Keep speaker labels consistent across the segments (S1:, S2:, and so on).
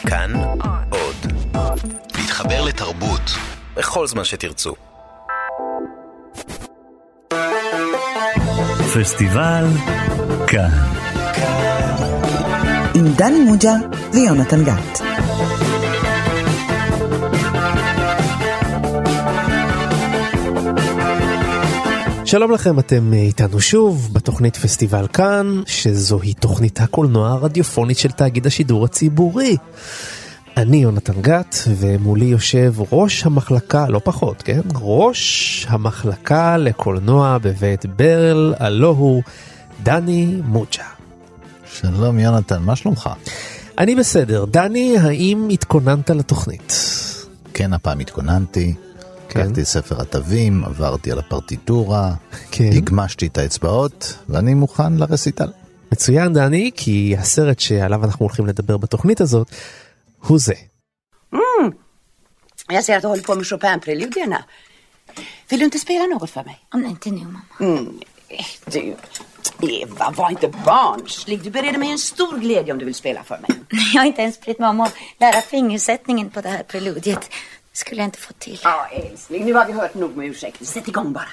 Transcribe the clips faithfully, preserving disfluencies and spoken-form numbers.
S1: כאן עוד. להתחבר לתרבות בכל זמן שתרצו.
S2: פסטיבל כאן.
S3: עם דני מוג'ה ויונתן גת.
S4: שלום לכם, אתם איתנו שוב בתוכנית פסטיבל כאן, שזוהי תוכנית הקולנוע הרדיופונית של תאגיד השידור הציבורי. אני יונתן גת, ומולי יושב ראש המחלקה, לא פחות, כן? ראש המחלקה לקולנוע בבית ברל, הלא הוא דני מוג'ה.
S5: שלום יונתן, מה שלומך?
S4: אני בסדר. דני, האם התכוננת לתוכנית?
S5: כן, הפעם התכוננתי. קראתי ספר התווים, עברתי על הפרטיטורה, כן. הגמשתי את האצבעות, ואני מוכן לרסיטל.
S4: מצוין דני, כי הסרט שעליו אנחנו הולכים לדבר בתוכנית הזאת, הוא זה.
S6: Mm. Jag ser att du håller på med Chopin-preludierna. Vill du inte spela något för mig?
S7: Om inte nu, mamma.
S6: Mm. Du, Eva, var inte barnslig. Du bereder mig en stor glädje om du vill spela för mig.
S7: Jag har inte ens brytt mig om att lära fingersättningen på det här preludiet. Skulle jag inte få till.
S6: Ja, älskling, nu har vi hört nog med ursäkter. Sätt igång bara.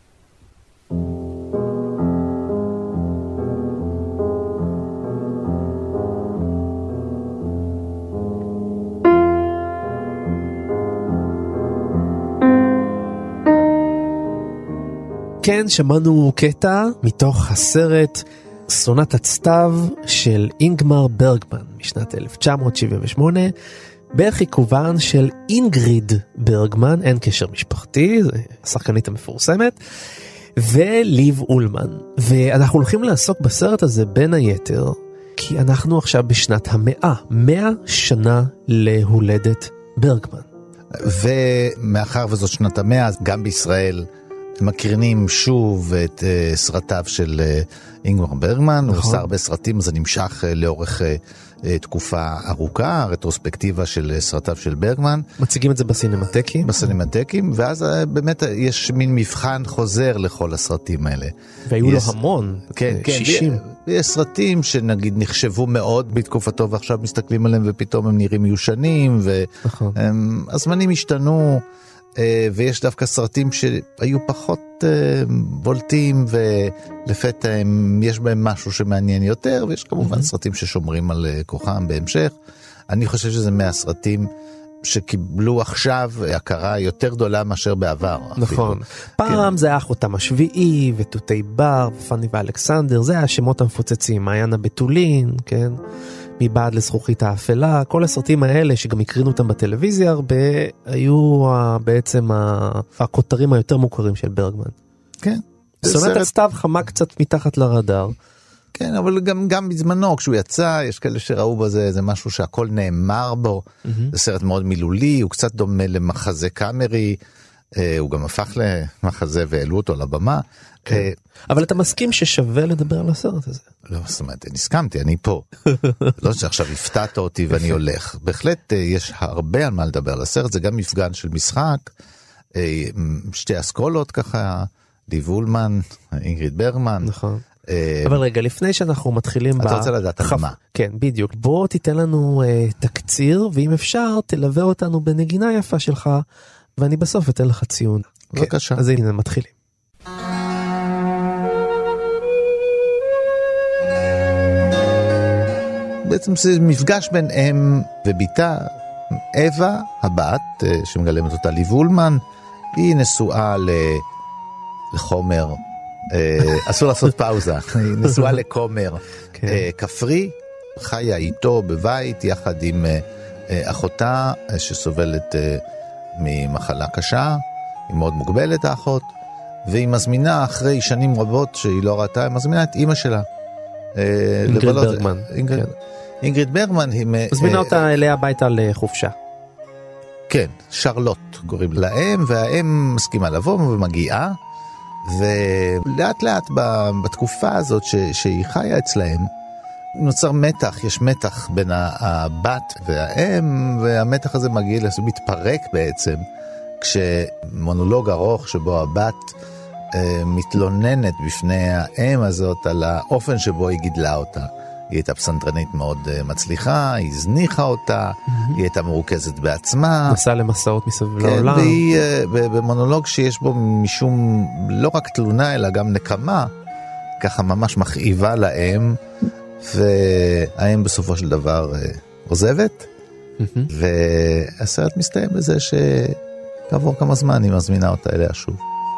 S4: כן, שמענו קטע מתוך הסרט סונטת סתיו של אינגמר ברגמן משנת אלף תשע מאות שבעים ושמונה, בחיקובן של אינגריד ברגמן, אין קשר משפחתי, זו השחקנית המפורסמת, וליב אולמן. ואנחנו הולכים לעסוק בסרט הזה בין היתר, כי אנחנו עכשיו בשנת המאה, מאה שנה להולדת ברגמן.
S5: ומאחר וזאת שנת המאה, אז גם בישראל מקרינים שוב את uh, סרטיו של uh, אינגמר ברגמן, הוא עושה הרבה סרטים, זה נמשך uh, לאורך uh, תקופה ארוכה, רטרוספקטיבה של סרטיו של ברגמן.
S4: מציגים את זה בסינמטקים.
S5: בסינמטקים, ואז באמת יש מין מבחן חוזר לכל הסרטים האלה.
S4: והיו
S5: יש,
S4: לו המון,
S5: כן,
S4: שישים.
S5: כן, יש סרטים שנגיד נחשבו מאוד בתקופתו, ועכשיו מסתכלים עליהם ופתאום הם נראים מיושנים, והזמנים השתנו, ויש דווקא סרטים שהיו פחות בולטים, ולפתע יש בהם משהו שמעניין יותר, ויש כמובן mm-hmm. סרטים ששומרים על כוחם בהמשך. אני חושב שזה מהסרטים שקיבלו עכשיו הכרה יותר גדולה מאשר בעבר.
S4: נכון. פעם כן. זה היה חותם השביעי, ותותי בר, ופני ואלכסנדר, זה השמות המפוצצים, מעיין הבתולין, כן? מבעד לזכוכית האפלה, כל הסרטים האלה שגם הקרינו אותם בטלוויזיה הרבה, היו בעצם הכותרים היותר מוכרים של ברגמן.
S5: כן.
S4: סונטת הסתיו חמה קצת מתחת לרדאר.
S5: כן, אבל גם, גם בזמנו, כשהוא יצא, יש כאלה שראו בזה, זה משהו שהכל נאמר בו, mm-hmm. זה סרט מאוד מילולי, הוא קצת דומה למחזה קאמרי, אה, הוא גם הפך למחזה והעלו אותו לבמה.
S4: כן. אה, אבל אתה מסכים ששווה לדבר על הסרט הזה?
S5: לא, זאת אומרת, אני הסכמתי, אני פה. לא שעכשיו הפתעת אותי ואני הולך. בהחלט אה, יש הרבה על מה לדבר על הסרט, זה גם מפגן של משחק, אה, שתי אסכולות ככה, ליב אולמן, אינגריד ברגמן.
S4: נכון. אבל רגע, לפני שאנחנו מתחילים...
S5: אתה רוצה לדעת על מה?
S4: כן, בדיוק. בוא תיתן לנו תקציר, ואם אפשר, תלווה אותנו בנגינה יפה שלך, ואני בסוף אתן לך ציון.
S5: בבקשה.
S4: אז הנה, מתחילים.
S5: בעצם זה מפגש בין אם וביתה. אווה, הבת, שמגלמת אותה ליב אולמן, היא נשואה לחומר... אסור לעשות פאוזה, היא נשואה לכומר כפרי, חיה איתו בבית יחד עם אחותה שסובלת ממחלה קשה, היא מאוד מוגבלת האחות, והיא מזמינה אחרי שנים רבות שהיא לא ראתה, היא מזמינה את אמא שלה,
S4: אינגריד ברגמן.
S5: אינגריד ברגמן היא
S4: מזמינה אותה אליה הביתה לחופשה.
S5: כן, שרלוט קוראים לאם, והאם מסכימה לבוא ומגיעה, ולאט לאט בתקופה הזאת ש, שהיא חיה אצלהם, נוצר מתח, יש מתח בין הבת והאם, והמתח הזה מגיע, מתפרק בעצם, כשמונולוג ארוך שבו הבת אה, מתלוננת בפני האם הזאת על האופן שבו היא גידלה אותה. היא הייתה פסנתרנית מאוד מצליחה, היא הזניחה אותה, mm-hmm. היא הייתה מרוכזת בעצמה.
S4: נסעה למסעות מסביב
S5: כן,
S4: לעולם.
S5: והיא במונולוג שיש בו משום לא רק תלונה אלא גם נקמה, ככה ממש מכאיבה להם, והאם בסופו של דבר עוזבת, mm-hmm. והסרט מסתיים בזה שכעבור כמה זמן היא מזמינה אותה אליה שוב.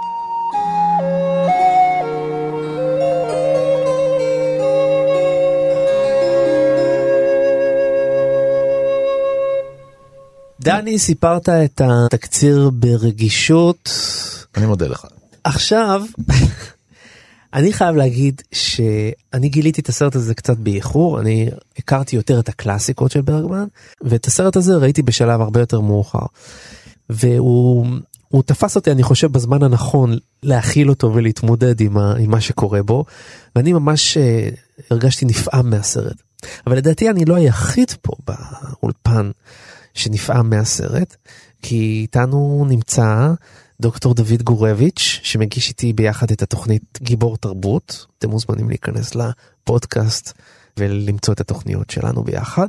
S4: דני, סיפרת את התקציר ברגישות.
S5: אני מודה לך.
S4: עכשיו, אני חייב להגיד שאני גיליתי את הסרט הזה קצת באיחור, אני הכרתי יותר את הקלאסיקות של ברגמן, ואת הסרט הזה ראיתי בשלב הרבה יותר מאוחר. והוא הוא תפס אותי, אני חושב, בזמן הנכון להכיל אותו ולהתמודד עם, ה, עם מה שקורה בו, ואני ממש uh, הרגשתי נפעם מהסרט. אבל לדעתי אני לא היחיד פה באולפן, שנפעם מהסרט, כי איתנו נמצא דוקטור דוד גורביץ', שמגיש איתי ביחד את התוכנית גיבור תרבות. אתם מוזמנים להיכנס לפודקאסט ולמצוא את התוכניות שלנו ביחד.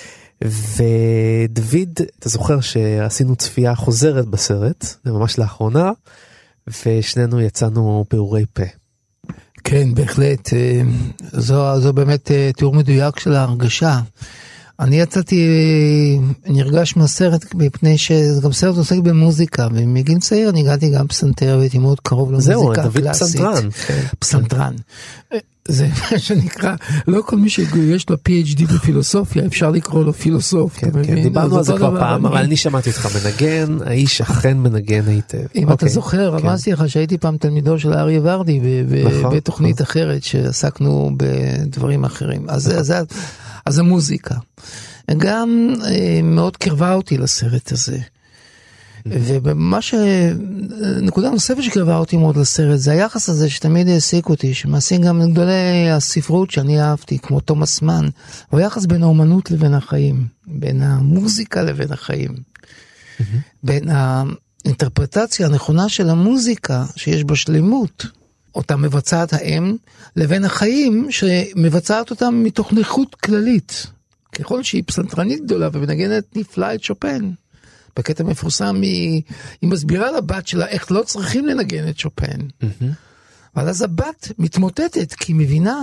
S4: ודוד, אתה זוכר שעשינו צפייה חוזרת בסרט, זה ממש לאחרונה, ושנינו יצאנו פעורי פה.
S8: כן, בהחלט. זו, זו באמת תיאור מדויק של ההרגשה. אני יצאתי נרגש מהסרט מפני שזה גם סרט עוסק במוזיקה, ומגיל צעיר אני הגעתי גם פסנתר והייתי מאוד קרוב למוזיקה הקלאסית. זהו, דוד פסנתרן. פסנתרן. זה מה שנקרא, לא כל מי שיש לו פי אייץ' די בפילוסופיה, אפשר לקרוא לו פילוסוף.
S4: כן, כן, דיברנו על זה כבר פעם, אבל אני שמעתי אותך מנגן, האיש אכן מנגן היטב.
S8: אם אתה זוכר, אמרתי לך שהייתי פעם תלמידו של אריה ורדי, בתוכנית אחרת שעסקנו בדברים אחרים. אז המוזיקה. גם מאוד קרבה אותי לסרט הזה. ומה ש... נקודה נוספת שקרבה אותי מאוד לסרט, זה היחס הזה שתמיד העסיק אותי, שמעסיק גם גדולי הספרות שאני אהבתי, כמו תומאס מן, הוא היחס בין האומנות לבין החיים, בין המוזיקה לבין החיים, בין האינטרפרטציה הנכונה של המוזיקה, שיש בה שלמות, אותה מבצעת האם, לבין החיים שמבצעת אותם מתוך נכות כללית. ככל שהיא פסנתרנית גדולה ומנגנת נפלא את שופן. בקטע מפורסם היא, היא מסבירה לבת שלה איך לא צריכים לנגן את שופן. אבל אז הבת מתמוטטת, כי היא מבינה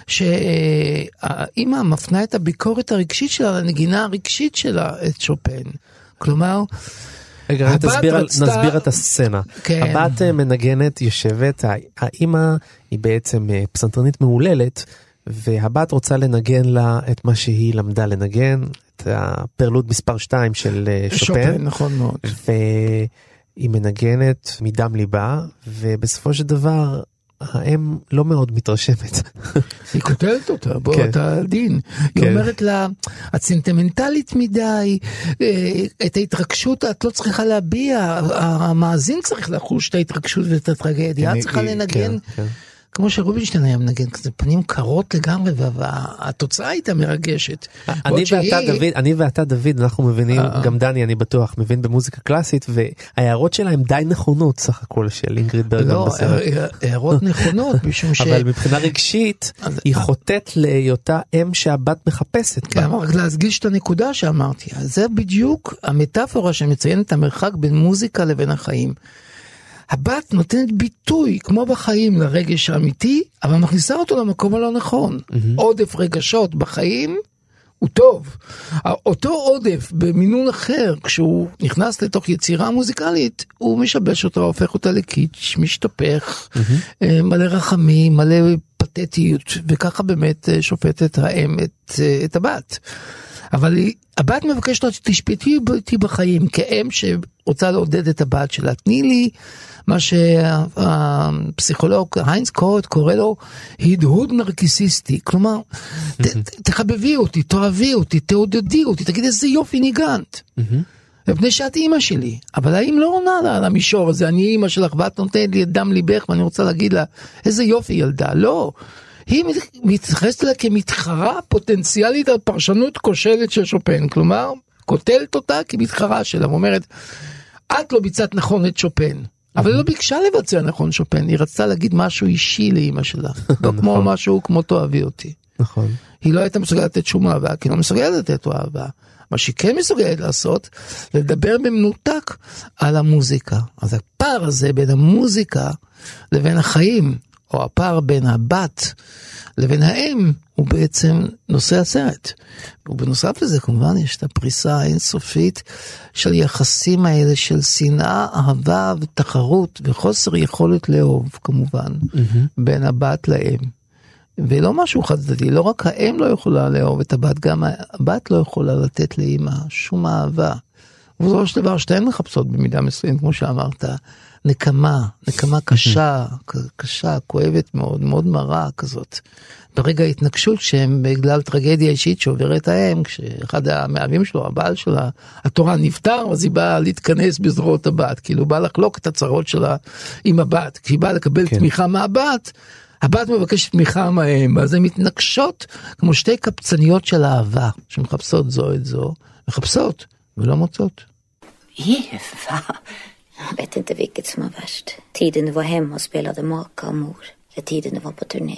S8: שהאמא מפנה את הביקורת הרגשית שלה, לנגינה הרגשית שלה את שופן. כלומר,
S4: רגע, תסביר, רצתה... נסביר את הסצנה. כן. הבת מנגנת, יושבת, האמא היא בעצם פסנתרנית מעוללת, והבת רוצה לנגן לה את מה שהיא למדה לנגן, את הפרלוד מספר שתיים של שופן.
S8: שופן, נכון מאוד.
S4: והיא מנגנת מדם ליבה, ובסופו של דבר, האם לא מאוד מתרשמת.
S8: היא כותלת אותה, בוא, כן. אתה דין. כן. היא אומרת לה, את סנטימנטלית מדי, את ההתרגשות את לא צריכה להביע, המאזין צריך לחוש את ההתרגשות ואת הטרגדיה, את צריכה לנגן. כן, כן. כמו שרובינשטיין היה מנגן, כזה פנים קרות לגמרי, והתוצאה הייתה מרגשת.
S4: אני ואתה דוד, אני ואתה דוד, אנחנו מבינים, גם דני אני בטוח, מבין במוזיקה קלאסית, וההערות שלה הן די נכונות, סך הכל של אינגריד ברגמן בסרט.
S8: לא, הערות נכונות, משום ש...
S4: אבל מבחינה רגשית, היא חוטאת להיותה אם שהבת מחפשת.
S8: כן, רק להסגיש את הנקודה שאמרתי, זה בדיוק המטאפורה שמציינת את המרחק בין מוזיקה לבין החיים. הבת נותנת ביטוי, כמו בחיים, לרגש האמיתי, אבל מכניסה אותו למקום הלא נכון. Mm-hmm. עודף רגשות בחיים הוא טוב. אותו עודף במינון אחר, כשהוא נכנס לתוך יצירה מוזיקלית, הוא משבש אותה, הופך אותה לקיץ', משתפך, mm-hmm. מלא רחמים, מלא פתטיות, וככה באמת שופטת האם את, את הבת. אבל הבת מבקשת שתשפטי אותי בחיים, כאם שרוצה לעודד את הבת שלה. תני לי מה שהפסיכולוג היינס קורט קורא לו הדהוד נרקיסיסטי. כלומר, תחבבי אותי, תאהבי אותי, תעודדי אותי, תגיד איזה יופי ניגנת. מפני שאת אימא שלי. אבל האם לא עונה לה על המישור הזה, אני אימא שלך ואת נותנת לי את דם ליבך, ואני רוצה להגיד לה, איזה יופי ילדה. לא. היא מתייחסת לה כמתחרה פוטנציאלית על פרשנות כושלת של שופן, כלומר, כותלת אותה כמתחרה שלה, ואומרת, את לא ביצעת נכון את שופן, אבל היא לא ביקשה לבצע נכון שופן, היא רצתה להגיד משהו אישי לאמא שלה, לא כמו משהו כמו תאהבי אותי.
S4: נכון.
S8: היא לא הייתה מסוגלת לתת שום אהבה, כי היא לא מסוגלת לתת אהבה. מה שהיא כן מסוגלת לעשות, לדבר במנותק על המוזיקה. אז הפער הזה בין המוזיקה לבין החיים, או הפער בין הבת לבין האם, הוא בעצם נושא הסרט. ובנוסף לזה, כמובן, יש את הפריסה האינסופית של יחסים האלה של שנאה, אהבה ותחרות, וחוסר יכולת לאהוב, כמובן, mm-hmm. בין הבת לאם. ולא משהו חד צדדי, לא רק האם לא יכולה לאהוב את הבת, גם הבת לא יכולה לתת לאמא שום אהבה. ובסופו של דבר, שתיהן מחפשות במידה מסוימת, כמו שאמרת, נקמה, נקמה קשה, קשה, כואבת מאוד, מאוד מרה כזאת. ברגע ההתנגשות שהם בגלל טרגדיה אישית שעוברת האם, כשאחד המאהבים שלו, הבעל שלה, התורה נפטר, אז היא באה להתכנס בזרועות הבת, כאילו באה לחלוק את הצרות שלה עם הבת, כשהיא באה לקבל כן. תמיכה מהבת, הבת מבקשת תמיכה מהאם, אז הן מתנגשות כמו שתי קפצניות של אהבה, שמחפשות זו את זו, מחפשות ולא מוצאות.
S6: Eva.
S7: Jag vet inte vilket som var värst. Tiden du var hemma och spelade maka och mor. Eller tiden du var på turné.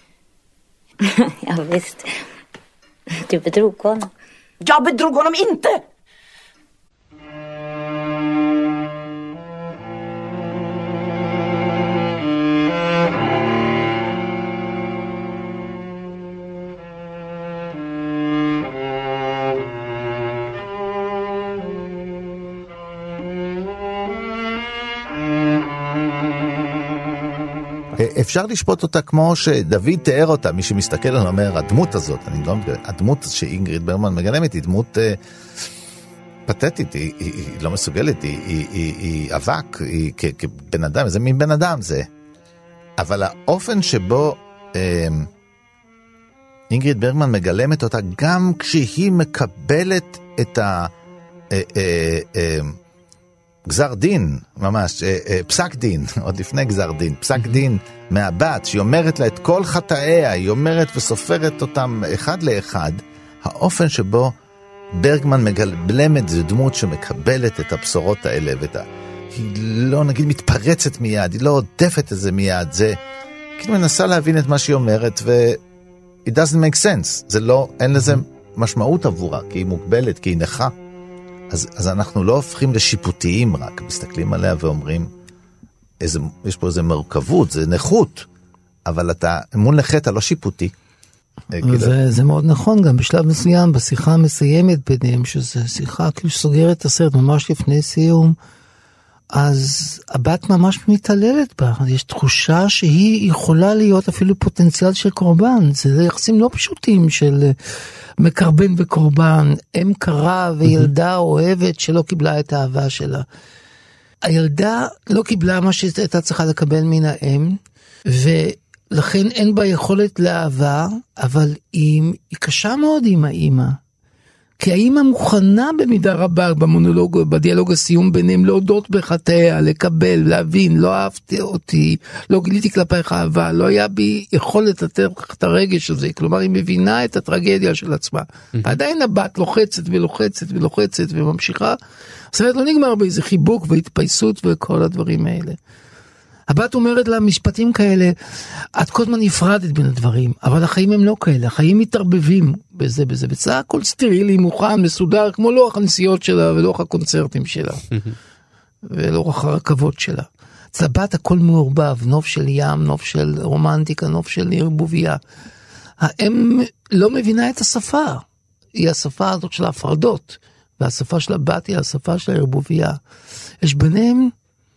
S7: Ja visst. Du bedrog honom.
S6: Jag bedrog honom inte!
S5: אפשר לשפוט אותה כמו שדוד תיאר אותה, מי שמסתכל עליו אומר, הדמות הזאת, אני לא מגלה, הדמות שאינגריד ברמן מגלמת היא דמות אה, פתטית, היא, היא, היא לא מסוגלת, היא, היא, היא, היא אבק, היא כ, כבן אדם, זה מין בן אדם זה. אבל האופן שבו אה, אינגריד ברגמן מגלמת אותה, גם כשהיא מקבלת את ה... אה, אה, אה, גזר דין, ממש, פסק דין, עוד לפני גזר דין, פסק דין מהבת, שהיא אומרת לה את כל חטאיה, היא אומרת וסופרת אותם אחד לאחד, האופן שבו ברגמן מגלמת זו דמות שמקבלת את הבשורות האלה, ואת ה... היא לא נגיד מתפרצת מיד, היא לא עודפת את זה מיד, זה כאילו מנסה להבין את מה שהיא אומרת, ו... it doesn't make sense, זה לא, אין לזה משמעות עבורה, כי היא מוגבלת, כי היא נכה. אז, אז אנחנו לא הופכים לשיפוטיים רק, מסתכלים עליה ואומרים, איזה, יש פה איזה מורכבות, זה נכות, אבל אתה, מול נכה אתה לא שיפוטי.
S8: זה, זה מאוד נכון, גם בשלב מסוים, בשיחה המסיימת ביניהם, שזו שיחה כאילו סוגרת את הסרט ממש לפני סיום, אז הבת ממש מתעללת בה, יש תחושה שהיא יכולה להיות אפילו פוטנציאל של קורבן, זה יחסים לא פשוטים של מקרבן וקורבן, אם קרה וילדה אוהבת שלא קיבלה את האהבה שלה. הילדה לא קיבלה מה שהייתה צריכה לקבל מן האם, ולכן אין בה יכולת לאהבה, אבל היא, היא קשה מאוד עם האמא. כי האמא מוכנה במידה רבה במונולוג, בדיאלוג הסיום ביניהם, להודות בחטאיה, לקבל, להבין, לא אהבתי אותי, לא גיליתי כלפייך אהבה, לא היה בי יכולת לתת את הרגש הזה, כלומר היא מבינה את הטרגדיה של עצמה, ועדיין הבת לוחצת ולוחצת ולוחצת וממשיכה, הסרט לא נגמר באיזה חיבוק והתפייסות וכל הדברים האלה. הבת אומרת לה משפטים כאלה, את כל הזמן נפרדת בין הדברים, אבל החיים הם לא כאלה, החיים מתערבבים בזה בזה, בצעה הכל סטרילי, מוכן, מסודר, כמו לוח הנסיעות שלה ולוח הקונצרטים שלה, ולוח הרכבות שלה. אצל הבת הכל מעורבב, נוף של ים, נוף של רומנטיקה, נוף של ערבוביה. האם לא מבינה את השפה, היא השפה הזאת של ההפרדות, והשפה של הבת היא השפה של הערבוביה. יש ביניהם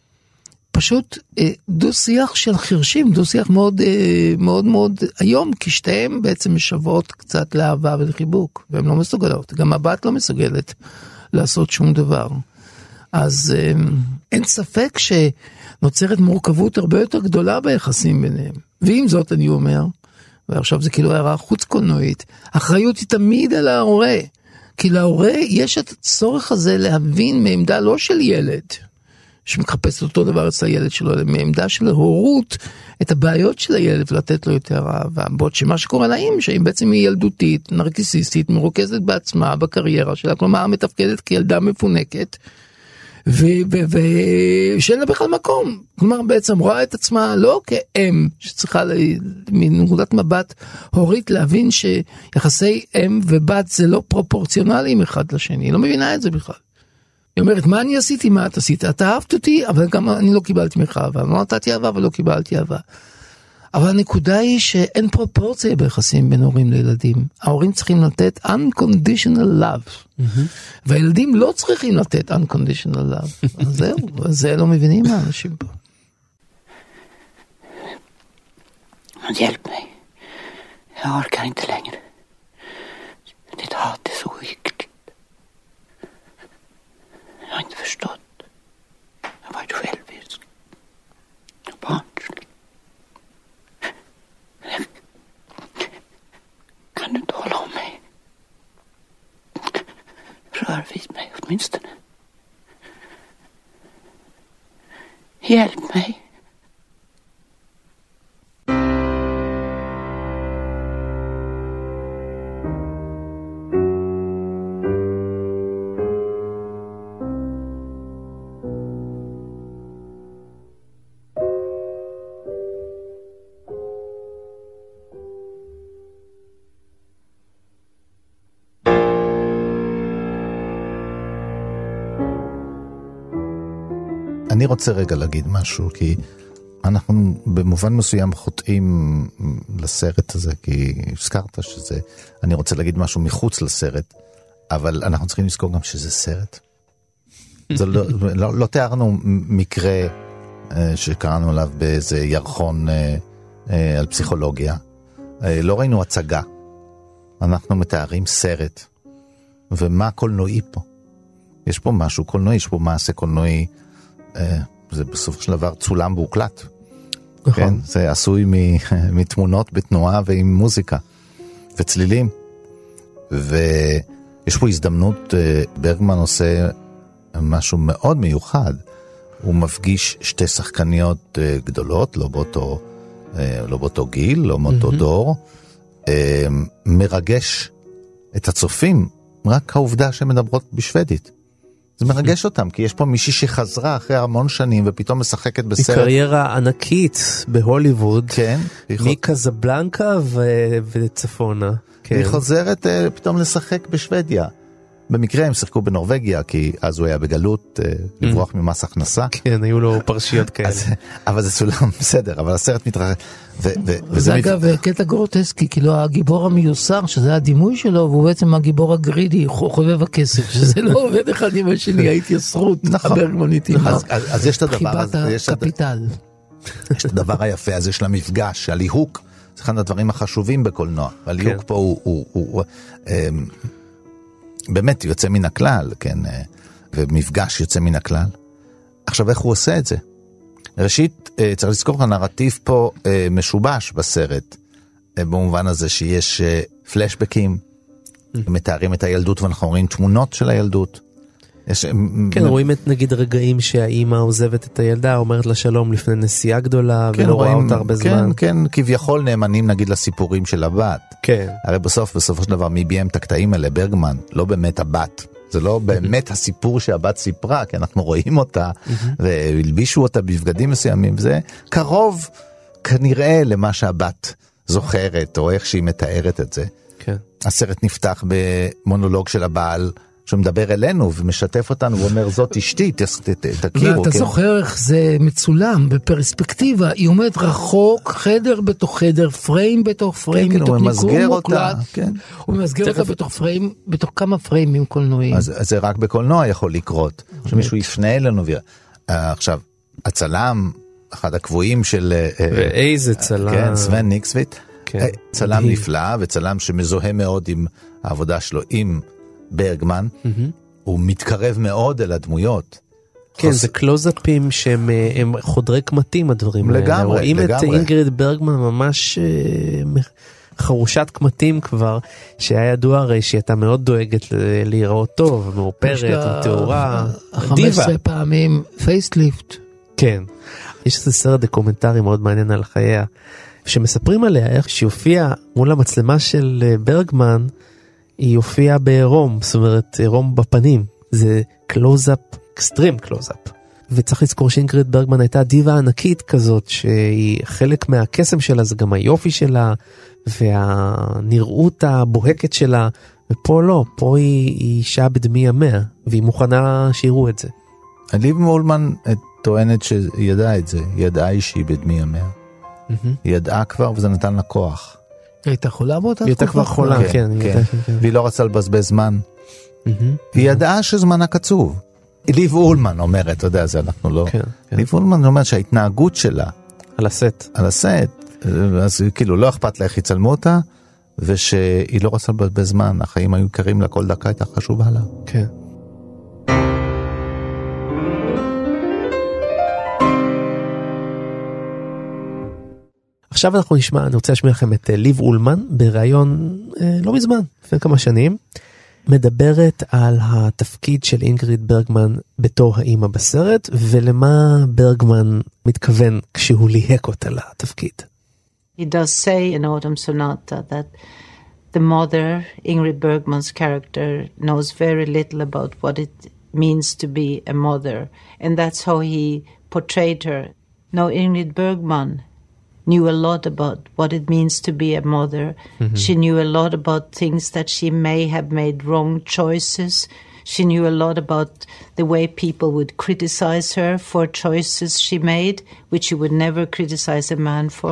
S8: פשוט דו שיח של חרשים, דו שיח מאוד מאוד מאוד היום, כי שתיהם בעצם משוות קצת לאהבה ולחיבוק, והן לא מסוגלות, גם הבת לא מסוגלת לעשות שום דבר. אז אין ספק שנוצרת מורכבות הרבה יותר גדולה ביחסים ביניהם. ועם זאת אני אומר, ועכשיו זה כאילו הערה חוץ קולנועית, אחריות היא תמיד על ההורה, כי להורה יש את הצורך הזה להבין מעמדה לא של ילד, שמחפש אותו דבר אצל הילד שלו, אלא מעמדה של הורות, את הבעיות של הילד, ולתת לו יותר אהבה. בעוד שמה שקורה להם, שהיא בעצם היא ילדותית, נרקיסיסטית, מרוכזת בעצמה, בקריירה שלה, כלומר, מתפקדת כילדה מפונקת, ושאין לה בכלל מקום. כלומר, בעצם רואה את עצמה לא כאם שצריכה מנקודת מבט הורית להבין שיחסי אם ובת זה לא פרופורציונליים אחד לשני. היא לא מבינה את זה בכלל. היא אומרת, מה אני עשיתי? מה את עשית? אתה אהבת אותי, אבל גם אני לא קיבלתי ממך אהבה. לא נתתי אהבה, אבל לא קיבלתי אהבה. אבל הנקודה היא שאין פרופורציה ביחסים בין הורים לילדים. ההורים צריכים לתת unconditional love. Mm-hmm. והילדים לא צריכים לתת unconditional love. אז זהו, אז זה לא מבינים מה אנשים פה.
S6: Men hjälp mig. Jag orkar inte längre. Ditt hat är så yckligt. Jag har inte förstått. Jag har varit självisk. Och barnslig. Kan du inte hålla om mig? Rör vid mig åtminstone. Hjälp mig.
S5: אני רוצה רגע להגיד משהו, כי אנחנו במובן מסוים חוטאים לסרט הזה, כי הזכרת שזה, אני רוצה להגיד משהו מחוץ לסרט, אבל אנחנו צריכים לזכור גם שזה סרט. זה לא, לא, לא תיארנו מקרה שקראנו עליו באיזה ירחון על פסיכולוגיה. לא ראינו הצגה. אנחנו מתארים סרט. ומה קולנועי פה? יש פה משהו קולנועי, יש פה מעשה קולנועי, זה בסופו של דבר צולם והוקלט. כן? זה עשוי מתמונות בתנועה ועם מוזיקה וצלילים. ויש פה הזדמנות, ברגמן עושה משהו מאוד מיוחד. הוא מפגיש שתי שחקניות גדולות, לא באותו, לא באותו גיל, לא באותו דור. מרגש את הצופים, רק העובדה שהן מדברות בשוודית. זה מרגש אותם, כי יש פה מישהי שחזרה אחרי המון שנים, ופתאום משחקת בסרט. היא
S4: קריירה ענקית בהוליווד,
S5: כן.
S4: מקזבלנקה וצפונה.
S5: היא חוזרת פתאום לשחק בשוודיה. במקרה הם שיחקו בנורווגיה, כי אז הוא היה בגלות, לברוח ממס הכנסה.
S4: כן, היו לו פרשיות כאלה.
S5: אבל זה סולם, בסדר, אבל הסרט מתרחב.
S8: וזה אגב קטע גרוטסקי, כאילו הגיבור המיוסר, שזה הדימוי שלו, והוא בעצם הגיבור הגרידי, חובב הכסף, שזה לא עובד אחד עם השני, ההתייסרות הברגמנית.
S5: אז יש את הדבר הזה.
S8: חיבת הקפיטל.
S5: יש את הדבר היפה הזה של המפגש, הליהוק, זה אחד הדברים החשובים בקולנוע. הליהוק פה הוא... באמת יוצא מן הכלל, כן, ומפגש יוצא מן הכלל. עכשיו, איך הוא עושה את זה? ראשית, צריך לזכור, הנרטיב פה משובש בסרט, במובן הזה שיש פלשבקים, מתארים את הילדות, ואנחנו רואים תמונות של הילדות. יש,
S4: כן, מ... רואים את נגיד רגעים שהאימא עוזבת את הילדה, אומרת לה שלום לפני נסיעה גדולה, כן, ולא רואה אותה הרבה
S5: כן,
S4: זמן.
S5: כן, כביכול נאמנים נגיד לסיפורים של הבת. כן. הרי בסוף, בסופו של דבר, מי ביים את הקטעים האלה? ברגמן, לא באמת הבת. זה לא באמת הסיפור שהבת סיפרה, כי אנחנו רואים אותה, והלבישו אותה בבגדים מסוימים, וזה קרוב כנראה למה שהבת זוכרת, או איך שהיא מתארת את זה. כן. הסרט נפתח במונולוג של הבעל, שמדבר אלינו ומשתף אותנו, הוא אומר, זאת אשתי, תכירו.
S8: ואתה זוכר איך זה מצולם, בפרספקטיבה, היא עומדת רחוק, חדר בתוך חדר, פריים בתוך פריים,
S5: הוא ממסגר אותה.
S8: הוא ממסגר אותה בתוך פריים, בתוך כמה פריימים קולנועיים.
S5: אז זה רק בקולנוע יכול לקרות, שמישהו יפנה אלינו. עכשיו, הצלם, אחד הקבועים של...
S4: ואיזה צלם.
S5: כן, סוון ניקסוויט. צלם נפלא, וצלם שמזוהה מאוד עם העבודה שלו, עם... ברגמן, mm-hmm. הוא מתקרב מאוד אל הדמויות.
S4: כן, חוס... זה קלוזאפים שהם הם חודרי קמטים הדברים
S5: לגמרי,
S4: האלה. רואים
S5: לגמרי.
S4: את אינגריד ברגמן ממש uh, חרושת קמטים כבר, שהיה ידוע הרי שהייתה מאוד דואגת להיראות טוב, מאופרת, עם תאורה,
S8: דיבה. חמש עשרה פעמים פייסליפט.
S4: כן, יש איזה סרט דוקומנטרי מאוד מעניין על חייה, שמספרים עליה איך שהופיע מול המצלמה של ברגמן, היא הופיעה בעירום, זאת אומרת, עירום בפנים. זה קלוזאפ אקסטרים קלוז-אפ. וצריך לזכור שאינגריד ברגמן הייתה דיבה ענקית כזאת, שהיא חלק מהקסם שלה, זה גם היופי שלה, והנראות הבוהקת שלה, ופה לא, פה היא, היא אישה בדמי ימיה, והיא מוכנה שיראו את זה.
S5: ליב מולמן טוענת שהיא ידעה את זה, היא ידעה שהיא בדמי ימיה. Mm-hmm. היא ידעה כבר וזה נתן לה כוח.
S8: היא הייתה חולה באותה תקופה?
S4: היא הייתה כבר חולה, כן. כן,
S5: כן.
S4: כן. כן.
S5: והיא לא רצה לבזבז זמן.
S4: Mm-hmm.
S5: היא ידעה שזמנה קצוב. ליב אולמן אומרת, אתה יודע, זה אנחנו לא...
S4: כן, כן.
S5: ליב אולמן אומרת שההתנהגות שלה...
S4: על הסט.
S5: על הסט, אז כאילו לא אכפת לה איך יצלמו אותה, ושהיא לא רצה לבזבז זמן, החיים היו קרים לה, כל דקה הייתה חשובה לה.
S4: כן. עכשיו אנחנו נשמע, אני רוצה לשמע לכם את ליב אולמן, בראיון אה, לא מזמן, לפני כמה שנים, מדברת על התפקיד של אינגריד ברגמן בתור האמא בסרט, ולמה ברגמן מתכוון כשהוא ליהק אותה לתפקיד.
S9: He does say in Autumn Sonata that the mother, Ingrid Bergman's character, knows very little about what it means to be a mother, and that's how he portrayed her. Now, Ingrid Bergman knew a lot about what it means to be a mother. Mm-hmm. She knew a lot about things that she may have made wrong choices. She knew a lot about the way people would criticize her for choices she made, which she would never criticize a man for.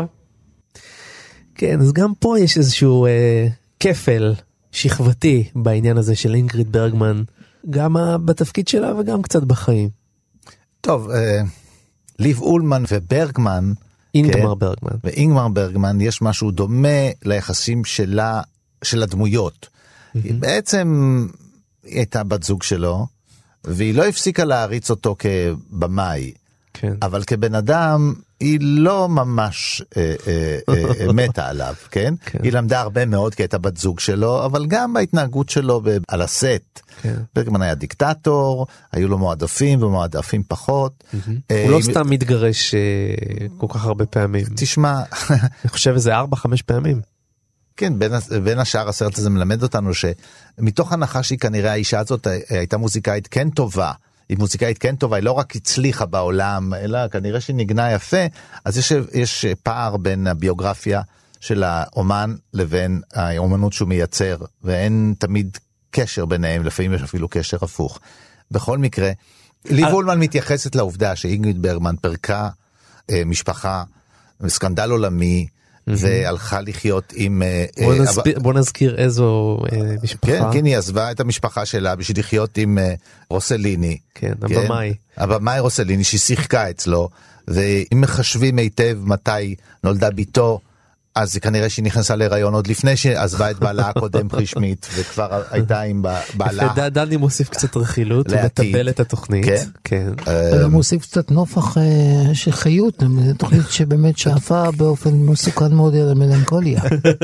S4: כן, אז גם פה יש איזשהו אה, כפל שכבתי בעניין הזה של אינגריד ברגמן, גם בתפקיד שלה וגם קצת בחיים.
S5: טוב, אה, ליב אולמן וברגמן,
S4: אינגמר כן, ברגמן.
S5: ואינגמר ברגמן יש משהו דומה ליחסים שלה, של הדמויות. Mm-hmm. היא בעצם היא הייתה בת זוג שלו, והיא לא הפסיקה להריץ אותו כבמאי. כן. אבל כבן אדם, היא לא ממש אה, אה, אה, מתה עליו, כן? כן? היא למדה הרבה מאוד כי הייתה בת זוג שלו, אבל גם בהתנהגות שלו ב- על הסט. כן. ברגמן היה דיקטטור, היו לו מועדפים ומועדפים פחות.
S4: Mm-hmm. אה, הוא לא סתם מתגרש אה, כל כך הרבה פעמים.
S5: תשמע.
S4: אני חושב איזה ארבע, חמש פעמים.
S5: כן, בין, בין השאר הסרט הזה מלמד אותנו שמתוך הנחה שהיא כנראה האישה הזאת הייתה מוזיקאית כן טובה, היא מוזיקאית כן טובה, היא לא רק הצליחה בעולם, אלא כנראה שהיא נגנה יפה, אז יש, יש פער בין הביוגרפיה של האומן לבין האומנות שהוא מייצר, ואין תמיד קשר ביניהם, לפעמים יש אפילו קשר הפוך. בכל מקרה, ליב אולמן מתייחסת לעובדה שאינגריד ברגמן פרקה אה, משפחה, סקנדל עולמי, והלכה לחיות עם...
S4: בוא נזכיר איזו משפחה.
S5: כן, כן, היא עזבה את המשפחה שלה בשביל לחיות עם רוסליני.
S4: כן, הבמאי.
S5: הבמאי רוסליני ששיחקה אצלו, ואם מחשבים היטב מתי נולדה ביתו, אז כנראה שהיא נכנסה להיריון עוד לפני שעזבה את בעלה הקודם רשמית, וכבר הייתה עם בעלה.
S4: דני מוסיף קצת רכילות, הוא מטבל את התוכנית.
S5: כן.
S8: הוא מוסיף קצת נופח של חיות, תוכנית שבאמת שאפה באופן מסוכן מאוד על המלנכוליה.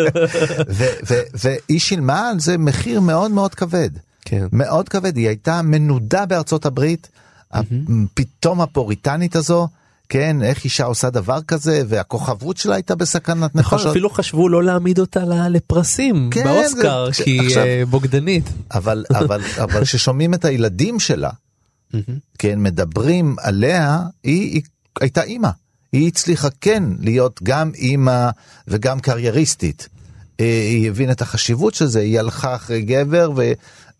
S5: והיא שילמה על זה מחיר מאוד מאוד כבד. מאוד כבד, היא הייתה מנודה בארצות הברית, פתאום הפוריטנית הזו, כן, איך אישה עושה דבר כזה, והכוכבות שלה הייתה בסכנת נפשות.
S4: נכון, אפילו חשבו לא להעמיד אותה לפרסים כן, באוסקר, זה, כי עכשיו, בוגדנית.
S5: אבל, אבל, אבל ששומעים את הילדים שלה, כן, מדברים עליה, היא, היא הייתה אימא. היא הצליחה כן להיות גם אימא וגם קרייריסטית. היא הבינה את החשיבות של זה, היא הלכה אחרי גבר, ו,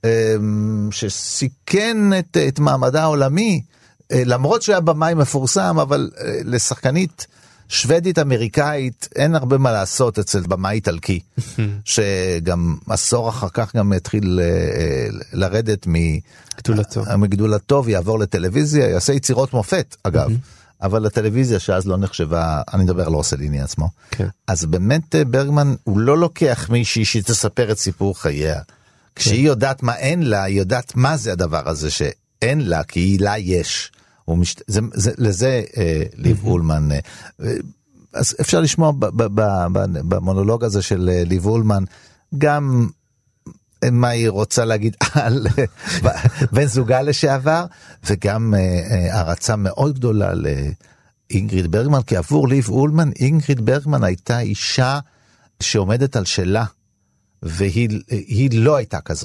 S5: שסיכן את, את מעמדה העולמי, למרות שהיה במאי מפורסם, אבל לשחקנית שוודית אמריקאית אין הרבה מה לעשות אצל במאי איטלקי, שגם עשור אחר כך גם התחיל לרדת מגדולתו ויעבור לטלוויזיה, יעשה יצירות מופת אגב, אבל הטלוויזיה שאז לא נחשבה, אני מדבר על רוסליני עצמו, אז באמת ברגמן הוא לא לוקח מישהי שתספר את סיפור חייה, כשהיא יודעת מה אין לה, היא יודעת מה זה הדבר הזה שאין לה, כי היא לה יש. ומש... זה, זה, לזה אה, ליב אולמן. אה, אז אפשר לשמוע ב, ב, ב, ב, במונולוג הזה של אה, ליב אולמן, גם מה היא רוצה להגיד על בן זוגה לשעבר, וגם אה, אה, הרצה מאוד גדולה לאינגריד ברגמן, כי עבור ליב אולמן, אינגריד ברגמן הייתה אישה שעומדת על שלה, והיא לא הייתה כזאת.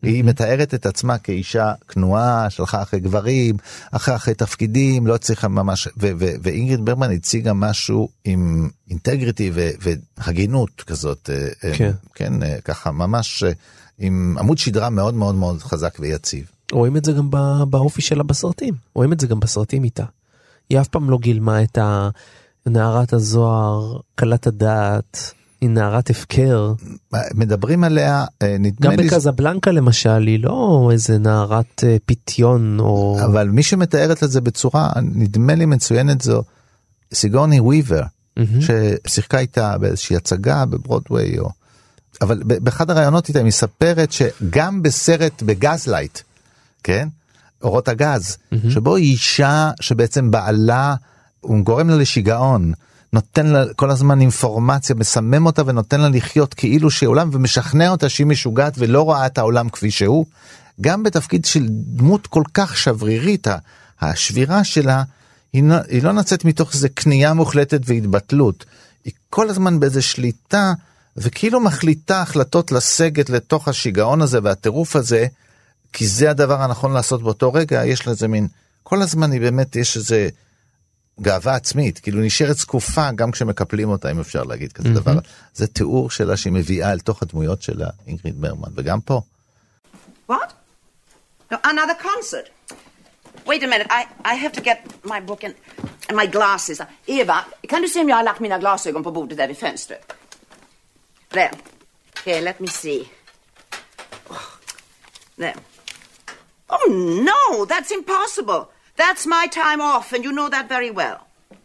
S5: היא מתארת את עצמה כאישה כנועה, שלחה אחרי גברים, אחרי אחרי תפקידים, לא צריכה ממש, ואינגריד ברגמן הציגה משהו עם אינטגריטי והגינות כזאת, כן. כן, ככה ממש עם עמוד שדרה מאוד מאוד מאוד חזק ויציב.
S4: רואים את זה גם באופי שלה בסרטים, רואים את זה גם בסרטים איתה. היא אף פעם לא גילמה את נערת הזוהר, קלת הדעת, היא נערת הפקר.
S5: מדברים עליה, נדמה
S4: לי... גם בקזבלנקה למשל, היא לא איזה נערת פיתיון או...
S5: אבל מי שמתארת את זה בצורה, נדמה לי מצוינת זו, סיגורני וויבר, ששיחקה איתה באיזושהי הצגה בברודווי, או... אבל באחד הרעיונות איתה היא מספרת שגם בסרט בגזלייט, כן? אורות הגז, שבו היא אישה שבעצם בעלה, הוא גורם לה לשיגעון, נותן לה כל הזמן אינפורמציה, מסמם אותה ונותן לה לחיות כאילו שהיא עולם, ומשכנע אותה שהיא משוגעת ולא רואה את העולם כפי שהוא. גם בתפקיד של דמות כל כך שברירית, השבירה שלה, היא לא, היא לא נצאת מתוך איזו קנייה מוחלטת והתבטלות. היא כל הזמן באיזו שליטה, וכאילו מחליטה החלטות לסגת לתוך השיגעון הזה והטירוף הזה, כי זה הדבר הנכון לעשות באותו רגע. יש לזה מין, כל הזמן היא באמת, יש איזה גאווה עצמית, כאילו נשארת זקופה גם כשמקפלים אותה, אם אפשר להגיד כזה mm-hmm. דבר. זה תיאור שלה שהיא מביאה אל תוך הדמויות שלה, אינגריד ברגמן, וגם פה.
S10: What? No, another concert. Wait a minute, I, I have to get my book and, and my glasses. Eva, kan du se om jag har lagt mina glasögon på bordet där vid fönstret? There. Okay, let me see. Oh, there. Oh no, that's impossible. That's my time off, and you know that very well.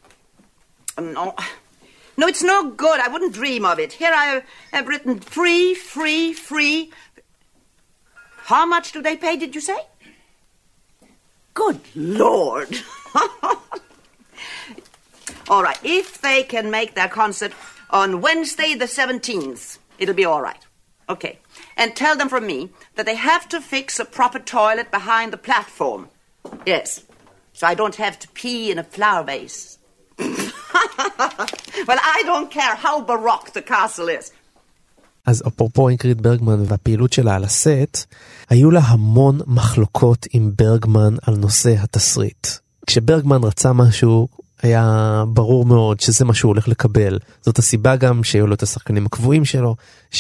S10: No, no, it's no good. I wouldn't dream of it. Here I have written free, free, free. How much do they pay, did you say? Good Lord. All right, if they can make their concert on Wednesday the seventeenth, it'll be all right. Okay. And tell them from me that they have to fix a proper toilet behind the platform. Yes. So I don't have to pee in a flower vase. Well, I don't care how baroque the castle is.
S4: אז אפרופו אינגריד ברגמן והפעילות שלה על הסט, היו לה המון מחלוקות עם ברגמן על נושא התסריט. כשברגמן רצה משהו, היה ברור מאוד שזה מה שהוא הולך לקבל. זאת הסיבה גם שהיו לו את השחקנים הקבועים שלו,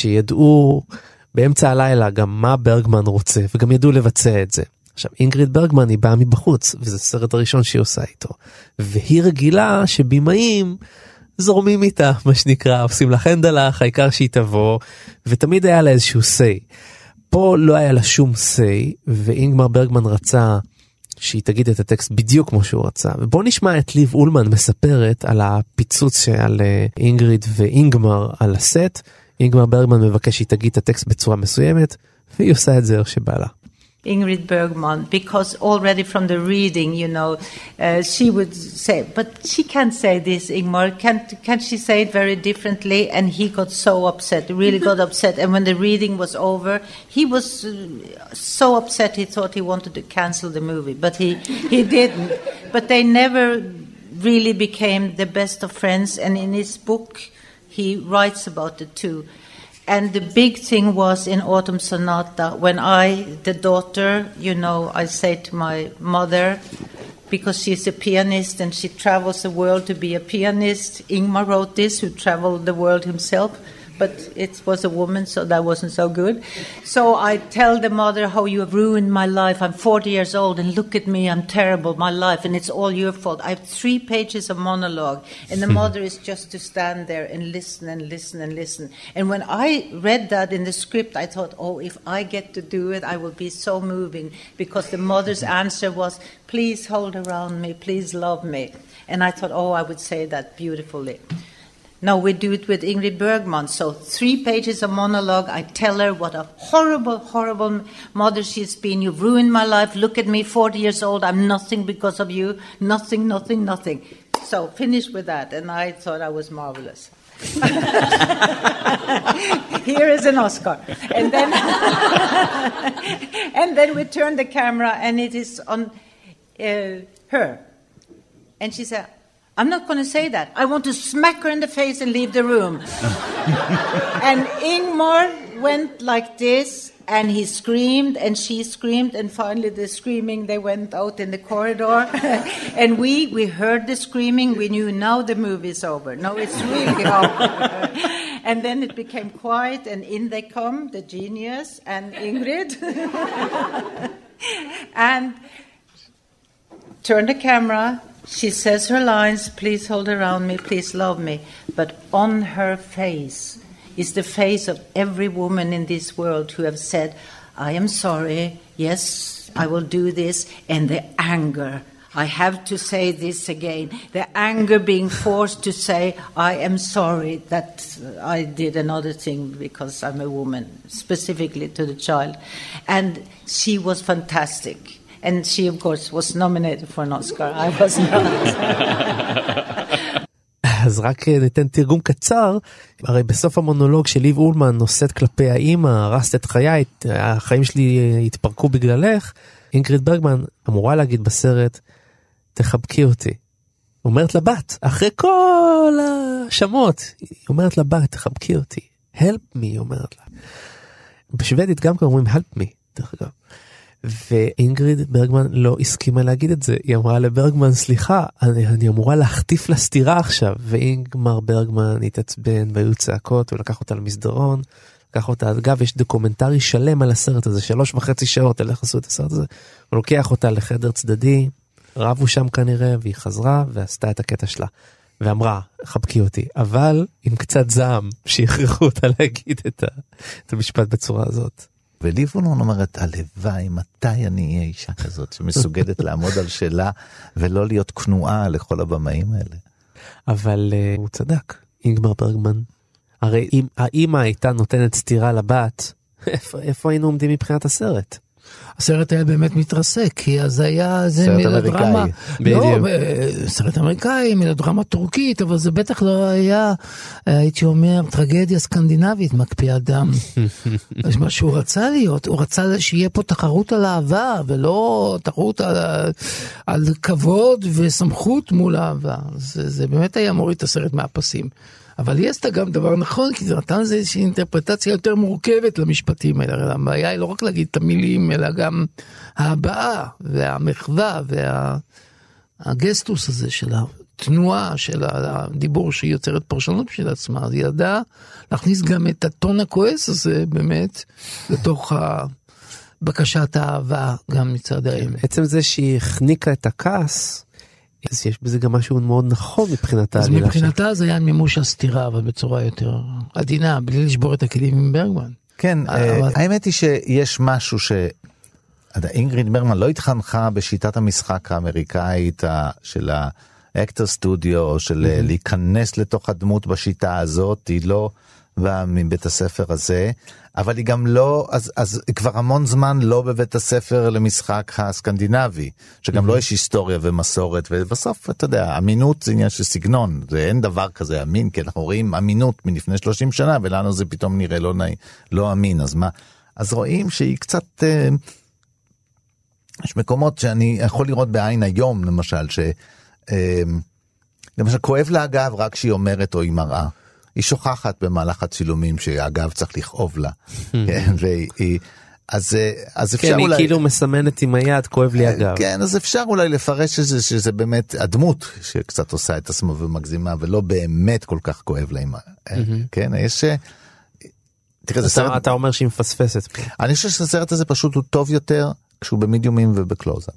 S4: שידעו באמצע הלילה גם מה ברגמן רוצה, וגם ידעו לבצע את זה. עכשיו, אינגריד ברגמן היא באה מבחוץ, וזה הסרט הראשון שהיא עושה איתו. והיא רגילה שבימאים זורמים איתה, מה שנקרא, עושים לה חנדלך, העיקר שהיא תבוא, ותמיד היה לה איזשהו סי. פה לא היה לה שום סי, ואינגמר ברגמן רצה שהיא תגיד את הטקסט בדיוק כמו שהוא רצה. ובוא נשמע את ליב אולמן מספרת על הפיצוץ שעל אינגריד ואינגמר על הסט. אינגמר ברגמן מבקש שהיא תגיד את הטקסט בצורה מסוימת, והיא עושה את זה איך שבא לה.
S9: Ingrid Bergman, because already from the reading, you know, uh, she would say, but she can't say this, Ingmar, can't, can't she say it very differently? And he got so upset, really got upset. And when the reading was over, he was uh, so upset he thought he wanted to cancel the movie, but he, he didn't. But they never really became the best of friends, and in his book, he writes about the two. And the big thing was in Autumn Sonata, when I, the daughter, you know, I say to my mother, because she's a pianist and she travels the world to be a pianist. Ingmar wrote this, who traveled the world himself, but it was a woman, so that wasn't so good. So I tell the mother how you have ruined my life. I'm forty years old and look at me, I'm terrible, my life, and it's all your fault. I have three pages of monologue, and the mother is just to stand there and listen and listen and listen. And when I read that in the script, I thought, oh, if I get to do it, I will be so moving, because the mother's answer was, please hold around me, please love me. And I thought, oh, I would say that beautifully. Now we do it with Ingrid Bergman. So three pages of monologue. I tell her what a horrible, horrible mother she's been. You've ruined my life. Look at me, forty years old. I'm nothing because of you. Nothing, nothing, nothing. So finish with that. And I thought I was marvelous. Here is an Oscar. And then, and then we turn the camera and it is on uh, her. And she said, I'm not going to say that. I want to smack her in the face and leave the room. And Ingmar went like this, and he screamed, and she screamed, and finally the screaming, they went out in the corridor. And we, we heard the screaming, we knew now the movie's over. No, it's really over. And then it became quiet, and in they come, the genius and Ingrid. And turn the camera. She says her lines, please hold around me, please love me. But on her face is the face of every woman in this world who have said, I am sorry, yes, I will do this, and the anger. I have to say this again. The anger being forced to say, I am sorry that I did another thing because I'm a woman, specifically to the child. And she was fantastic. And she, of course, was nominated for an Oscar. I was not.
S4: אז רק ניתן תרגום קצר. הרי בסוף המונולוג של ליב אולמן נושאת כלפי האמא, הרסת את חיי, החיים שלי התפרקו בגללך, אינגריד ברגמן אמורה להגיד בסרט, תחבקי אותי. אומרת לבת, אחרי כל השמות, היא אומרת לבת, תחבקי אותי. help me, היא אומרת לה. בשוודית גם כאן אומרים help me, דרך אגב. ואינגריד ברגמן לא הסכימה להגיד את זה. היא אמרה לברגמן, סליחה, אני, אני אמורה להחטיף לה סתירה עכשיו. ואינגמר ברגמן התעצבן והיו צעקות, ולקח אותה למסדרון, לקח אותה, אגב, יש דוקומנטרי שלם על הסרט הזה, שלוש וחצי שעות, אלה עשו את הסרט הזה, הוא לוקח אותה לחדר צדדי, רבו שם כנראה, והיא חזרה ועשתה את הקטע שלה. ואמרה, חבקי אותי, אבל עם קצת זעם, שיכריחו אותה להגיד את, ה, את המשפט בצורה הזאת.
S5: וליב אולמן אומרת, הלוואי, מתי אני אהיה אישה כזאת, שמסוגלת לעמוד על שלה, ולא להיות כנועה לכל הבמאים האלה.
S4: אבל uh, הוא צדק, אינגמר ברגמן. הרי אם האמא הייתה נותנת סתירה לבת, איפה, איפה היינו עומדים מבחינת הסרט?
S8: הסרט היה באמת מתרסק, כי אז היה זה מלודרמה, לא, סרט אמריקאי, מלודרמה טורקית, אבל זה בטח לא היה, הייתי אומר, טרגדיה סקנדינבית, מקפיאה דם. מה שהוא רצה להיות, הוא רצה שיהיה פה תחרות על אהבה, ולא תחרות על, על כבוד וסמכות מול אהבה. זה, זה באמת היה מוריד את הסרט מהפסים. אבל יש לה גם דבר נכון, כי זה נתן לזה איזושהי אינטרפרטציה יותר מורכבת למשפטים האלה. הבעיה היא לא רק להגיד את המילים, אלא גם ההבעה והמחווה והגסטוס הזה של התנועה, של הדיבור שהיא יוצרת פרשנות של עצמה. אז היא ידעה להכניס גם את הטון הכועס הזה באמת לתוך בקשת האהבה גם מצד האם.
S4: עצם זה שהיא הכניקה את הכעס, אז יש בזה גם משהו מאוד נכון מבחינתה.
S8: אז מבחינתה זה היה מימוש הסתירה, אבל בצורה יותר עדינה, בלי לשבור את הכלים עם ברגמן.
S5: כן, האמת היא שיש משהו ש... אינגריד ברגמן לא התחנכה בשיטת המשחק האמריקאית של האקטר סטודיו, של להיכנס לתוך הדמות בשיטה הזאת, היא לא באה מבית הספר הזה, אבל היא גם לא, אז, אז כבר המון זמן לא בבית הספר למשחק הסקנדינבי, שגם mm-hmm. לא יש היסטוריה ומסורת, ובסוף, אתה יודע, אמינות זה עניין של סגנון, זה אין דבר כזה אמין, כי אנחנו רואים אמינות מלפני שלושים שנה, ולנו זה פתאום נראה לא, לא אמין, אז מה? אז רואים שהיא קצת, אה, יש מקומות שאני יכול לראות בעין היום, למשל, ש, אה, למשל, כואב לה אגב, רק שהיא אומרת או היא מראה. היא שוכחת במהלך הצילומים שאגב צריך לכאוב לה. כן, והיא, אז, אז אפשר
S4: כן,
S5: אולי...
S4: כן, היא כאילו מסמנת עם היד, כואב לי אגב.
S5: כן, אז אפשר אולי לפרש שזה, שזה באמת הדמות שקצת עושה את עצמה ומגזימה, ולא באמת כל כך כואב לה. כן, יש...
S4: תראה, זה סרט... אתה אומר שהיא מפספסת.
S5: אני חושב שהסרט הזה פשוט הוא טוב יותר, כשהוא במדיומים ובקלוזאפ.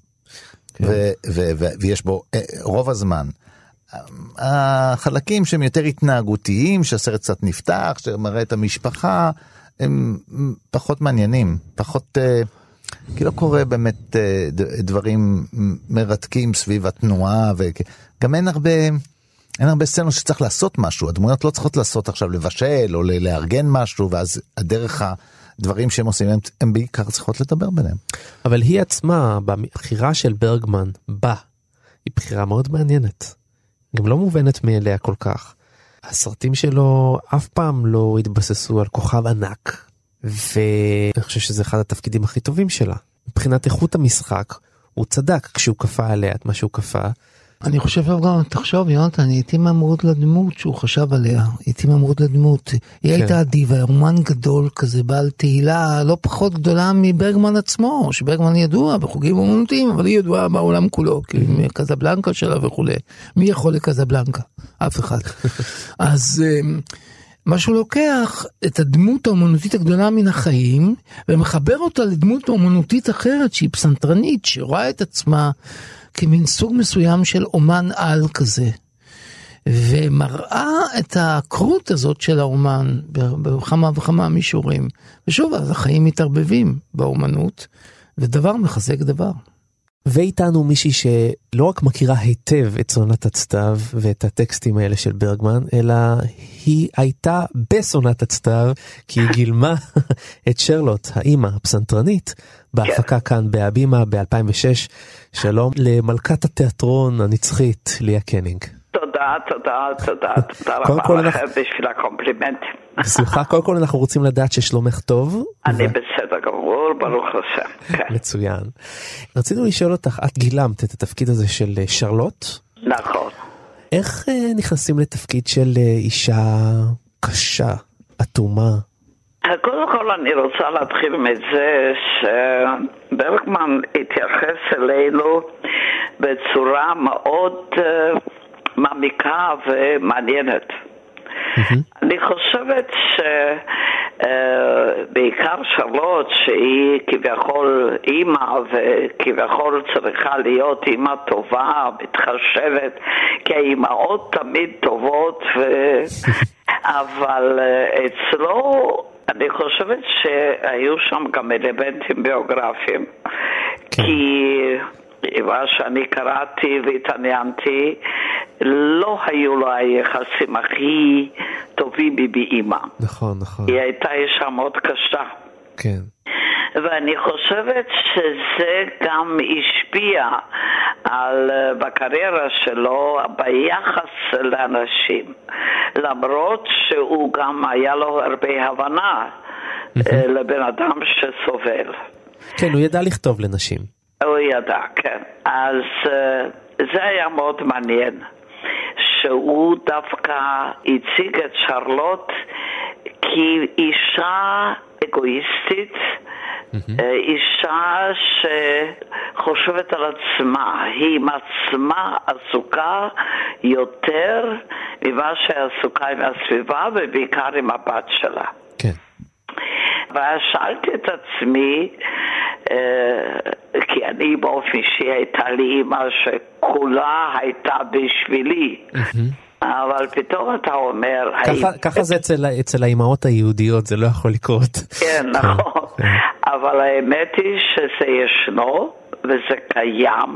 S5: ויש בו רוב הזמן. החלקים שהם יותר התנהגותיים, שהסרט קצת נפתח, שמראה את המשפחה, הם פחות מעניינים, פחות, כי לא קורה באמת דברים מרתקים סביב התנועה, וגם אין הרבה, אין הרבה סצנות שצריך לעשות משהו, הדמויות לא צריכות לעשות עכשיו לבשל, או לארגן משהו, ואז הדרך הדברים שהם עושים, הם, הם בעיקר צריכות לדבר ביניהם.
S4: אבל היא עצמה, בבחירה של ברגמן, בה, היא בחירה מאוד מעניינת. גם לא מובנת מאליה כל כך. הסרטים שלו אף פעם לא התבססו על כוכב ענק, ואני חושב שזה אחד התפקידים הכי טובים שלה. מבחינת איכות המשחק, הוא צדק כשהוא כפה עליה את מה שהוא כפה,
S8: אני חושב גם, תחשוב, יונתן, היא התאימה מאוד לדמות שהוא חשב עליה, היא התאימה מאוד לדמות. היא כן. הייתה דיבה, רומן גדול כזה, בעל תהילה לא פחות גדולה מברגמן עצמו, שברגמן ידוע בחוגים אומנותיים, אבל היא ידועה בעולם כולו, כי מקזבלנקה שלה וכו'. מי יכול לקזבלנקה? אף אחד. אז מה שהוא לוקח את הדמות האומנותית הגדולה מן החיים, ומחבר אותה לדמות אומנותית אחרת, שהיא פסנתרנית, שרואה את עצמה כמין סוג מסוים של אומן על כזה, ומראה את הקרות הזאת של האומן בכמה וכמה מישורים. ושוב, אז החיים מתערבבים באומנות, ודבר מחזק דבר.
S4: ואיתנו מישהי שלא רק מכירה היטב את סונת הצטב ואת הטקסטים האלה של ברגמן, אלא היא הייתה בסונת הצטב, כי היא גילמה את שרלוט, האמא הפסנתרנית, בהפקה כאן בהבימה ב-אלפיים ושש. שלום למלכת התיאטרון הנצחית, ליה קנינג.
S11: תודה, תודה, תודה, תודה רבה לכם בשביל הקומפלימנט.
S4: בשמחה, קודם כל אנחנו רוצים לדעת ששלומך טוב.
S11: אני בסדר גמור, ברוך השם.
S4: מצוין. רצינו לשאול אותך, את גילמת את התפקיד הזה של שרלוט?
S11: נכון.
S4: איך נכנסים לתפקיד של אישה קשה, אטומה?
S11: קודם כל אני רוצה להתחיל מזה שברגמן התייחס אלינו בצורה מאוד מעמיקה ומעניינת. אני חושבת שבעיקר שרלוט, שהיא כביכול אימא וכביכול צריכה להיות אימא טובה, מתחשבת, כי האימהות תמיד טובות, אבל אצלו אני חושבת שהיו שם גם אלמנטים ביוגרפיים, כי מה שאני קראתי והתעניינתי, לא היו לו היחסים הכי טובים באמא.
S4: נכון, נכון.
S11: היא הייתה אישה מאוד קשה.
S4: כן.
S11: ואני חושבת שזה גם השפיע על, בקריירה שלו, ביחס לאנשים. למרות שהוא גם היה לו הרבה הבנה לבן אדם שסובל.
S4: כן, הוא ידע לכתוב לנשים.
S11: הוא ידע, כן. אז זה היה מאוד מעניין, שהוא דווקא הציג את שרלוט כאישה אגואיסטית, אישה שחושבת על עצמה, היא עם עצמה עסוקה יותר ממה שעסוקה עם הסביבה ובעיקר עם הבת שלה.
S4: כן.
S11: ושאלתי את עצמי, כי אני באופן שהייתה לי אימא שכולה הייתה בשבילי, אבל פתאום אתה אומר...
S4: ככה זה אצל האימהות היהודיות, זה לא יכול לקרות.
S11: כן, נכון. אבל האמת היא שזה ישנו, וזה קיים,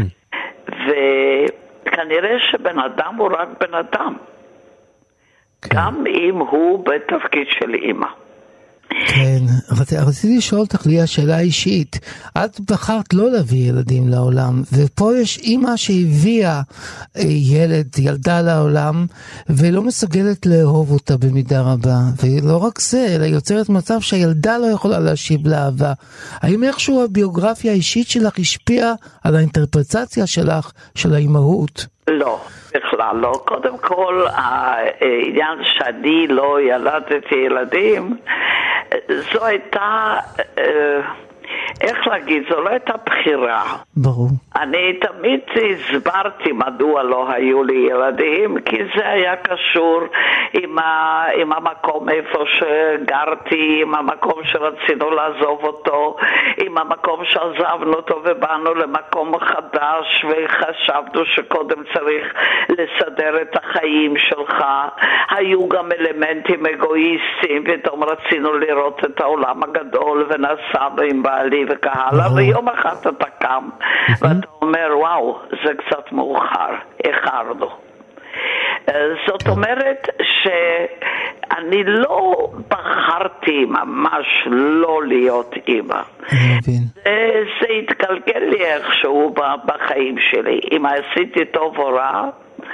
S11: וכנראה שבן אדם הוא רק בן אדם, גם אם הוא בתפקיד של אימא.
S8: כן, רציתי לשאול אותך ליה שאלה אישית. את בחרת לא להביא ילדים לעולם, ופה יש אימא שהביאה ילד, ילדה לעולם, ולא מסוגלת לאהוב אותה במידה רבה. ולא רק זה, אלא יוצרת מצב שהילדה לא יכולה להשיב לאהבה. האם איכשהו הביוגרפיה האישית שלך השפיעה על האינטרפרצציה שלך, של האימהות?
S11: לא, בכלל לא. קודם כל, העניין שאני לא ילדתי ילדים, זו הייתה, איך להגיד, זו לא הייתה בחירה.
S8: ברור.
S11: אני תמיד הסברתי מדוע לא היו לי ילדים, כי זה היה קשור עם, ה, עם המקום איפה שגרתי, עם המקום שרצינו לעזוב אותו, עם המקום שעזבנו אותו ובאנו למקום חדש וחשבנו שקודם צריך לסדר את החיים שלך. היו גם אלמנטים אגואיסטיים, פתאום רצינו לראות את העולם הגדול ונסענו עם בעלי וקהלה, ויום אחד אתה קם ואתה אומר, וואו, זה קצת מאוחר, איחרנו. זאת אומרת שאני לא בחרתי ממש לא להיות אימא. זה, זה התגלגל לי איכשהו בחיים שלי. אם עשיתי טוב או רע,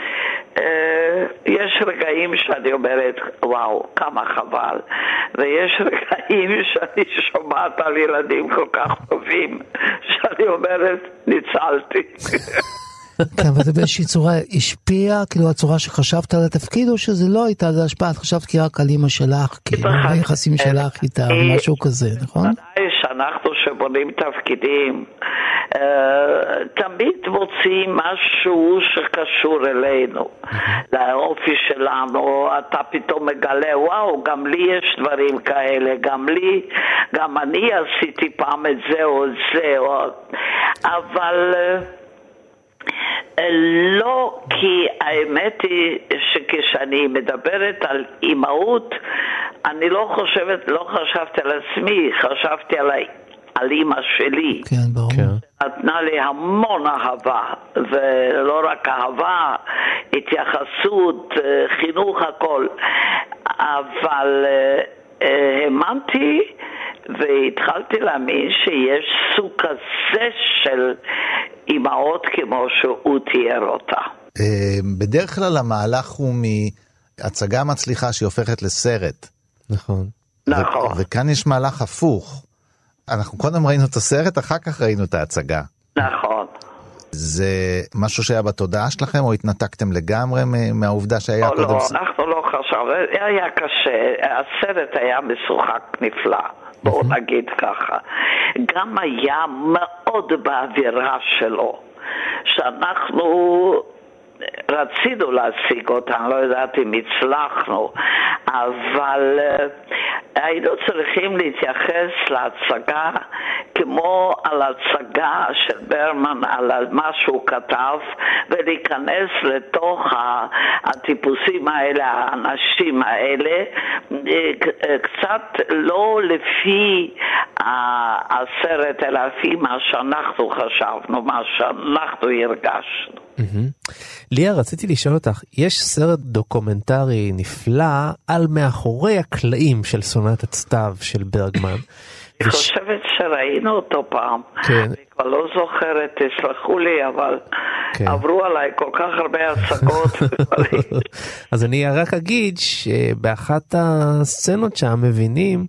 S11: יש רגעים שאני אומרת, וואו, כמה חבל. ויש רגעים שאני שומעת על ילדים כל כך טובים, שאני אומרת, ניצלתי.
S8: כן, וזה באיזושהי צורה השפיע, כאילו הצורה שחשבת על התפקיד, או שזה לא הייתה, זה השפעה, את חשבת כי רק על אמא שלך, כאילו, היחסים שלך איתה, משהו כזה, נכון?
S11: ודאי שאנחנו שבונים תפקידים, תמיד מוצאים משהו שקשור אלינו, לאופי שלנו, אתה פתאום מגלה, וואו, גם לי יש דברים כאלה, גם לי, גם אני עשיתי פעם את זה או את זה, אבל לא, כי האמת היא שכשאני מדברת על אימהות, אני לא חושבת, לא חשבתי על עצמי, חשבתי על, על אימא שלי.
S8: כן, ברור. כן.
S11: נתנה לי המון אהבה, ולא רק אהבה, התייחסות, חינוך, הכל. אבל האמנתי והתחלתי להאמין שיש סוג כזה של אימהות כמו שהוא תיאר אותה.
S5: בדרך כלל המהלך הוא מהצגה מצליחה שהיא הופכת לסרט.
S4: נכון.
S11: נכון.
S5: וכאן יש מהלך הפוך. אנחנו קודם ראינו את הסרט, אחר כך ראינו את ההצגה.
S11: נכון.
S5: זה משהו שהיה בתודעה שלכם, או התנתקתם לגמרי מהעובדה שהיה קודם?
S11: לא, אנחנו לא חשבנו, היה קשה, הסרט היה משוחק נפלא, בואו נגיד ככה. גם היה מאוד באווירה שלו, שאנחנו רצינו להשיג אותה, אני לא יודעת אם הצלחנו, אבל היינו צריכים להתייחס להצגה כמו על הצגה של ברמן, על מה שהוא כתב, ולהיכנס לתוך הטיפוסים האלה, האנשים האלה, קצת לא לפי הסרט, אלא לפי מה שאנחנו חשבנו, מה שאנחנו הרגשנו.
S4: ליה, רציתי לשאול אותך, יש סרט דוקומנטרי נפלא על מאחורי הקלעים של סונטת סתיו של ברגמן.
S11: אני חושבת שראינו אותו פעם. כן. אני כבר לא זוכרת, תסלחו לי, אבל עברו עליי כל כך הרבה הצגות.
S4: אז אני רק אגיד שבאחת הסצנות שם מבינים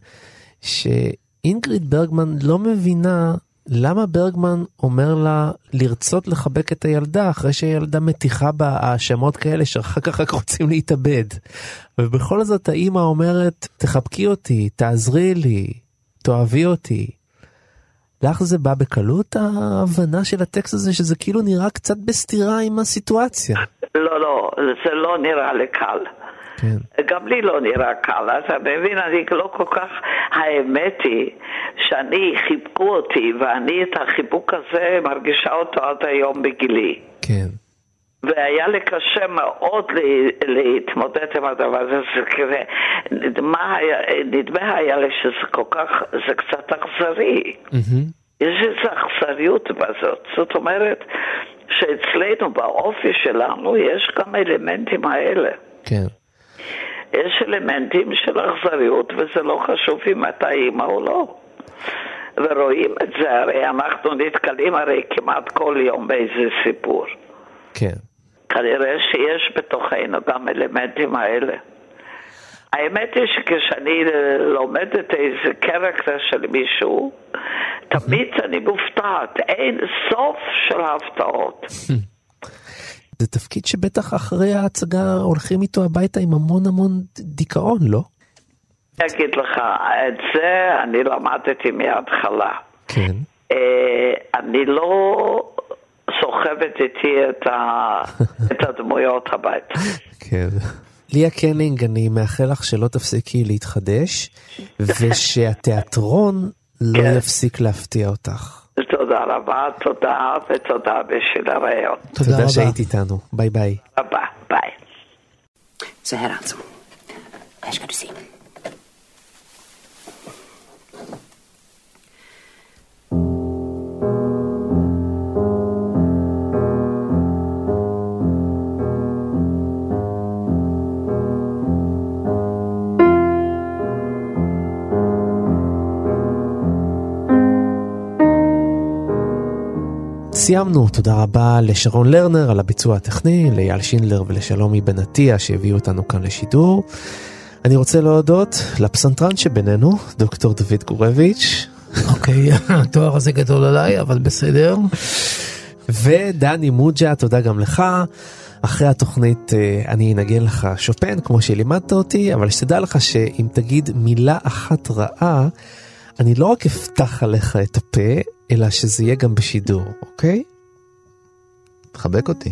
S4: שאינגריד ברגמן לא מבינה למה ברגמן אומר לה לרצות לחבק את הילדה אחרי שהילדה מתיחה בה האשמות כאלה שאחר כך רק רוצים להתאבד. ובכל זאת האמא אומרת, תחבקי אותי, תעזרי לי, תאהבי אותי. לך זה בא בקלות ההבנה של הטקסט הזה, שזה כאילו נראה קצת בסתירה עם הסיטואציה?
S11: לא, לא, זה לא נראה לי קל. כן. גם לי לא נראה קל, אתה מבין, אני לא כל כך, האמת היא שאני חיבקו אותי, ואני את החיבוק הזה מרגישה אותו עד היום בגילי.
S4: כן.
S11: והיה לי קשה מאוד להתמודד עם הדבר הזה, זה כזה, נדמה היה, נדמה היה לי שזה כל כך, זה קצת אכזרי. Mm-hmm. יש איזו אכזריות בזאת, זאת אומרת שאצלנו באופי שלנו יש גם אלמנטים האלה.
S4: כן.
S11: יש אלמנטים של אכזריות, וזה לא חשוב אם אתה אימא או לא. ורואים את זה, הרי אנחנו נתקלים הרי כמעט כל יום באיזה סיפור.
S4: כן.
S11: כנראה שיש בתוכנו גם אלמנטים האלה. האמת היא שכשאני לומדת איזה קרקטר של מישהו, תמיד אני מופתעת, אין סוף של ההפתעות.
S4: זה תפקיד שבטח אחרי ההצגה הולכים איתו הביתה עם המון המון דיכאון, לא?
S11: אני אגיד לך, את זה אני למדתי מההתחלה.
S4: כן.
S11: אני לא סוחבת איתי את, ה... את הדמויות הביתה.
S4: כן. ליה קנינג, אני מאחל לך שלא תפסיקי להתחדש, ושהתיאטרון לא כן. יפסיק להפתיע אותך.
S11: תודה רבה, תודה ותודה בשביל הרעיון.
S4: תודה, תודה שהיית איתנו, ביי ביי.
S11: רבה, ביי.
S6: Så här alltså. Här ska du se.
S4: סיימנו, תודה רבה לשרון לרנר על הביצוע הטכני, לאייל שינדלר ולשלומי בן עטיה שהביאו אותנו כאן לשידור. אני רוצה להודות לפסנתרן שבינינו, דוקטור דוד גורביץ'.
S8: אוקיי, התואר הזה גדול עליי, אבל בסדר.
S4: ודני מוג'ה, תודה גם לך. אחרי התוכנית אני אנגן לך שופן כמו שלימדת אותי, אבל שתדע לך שאם תגיד מילה אחת רעה, אני לא רק אפתח עליך את הפה, אלא שזה יהיה גם בשידור, אוקיי?
S5: תחבק אותי.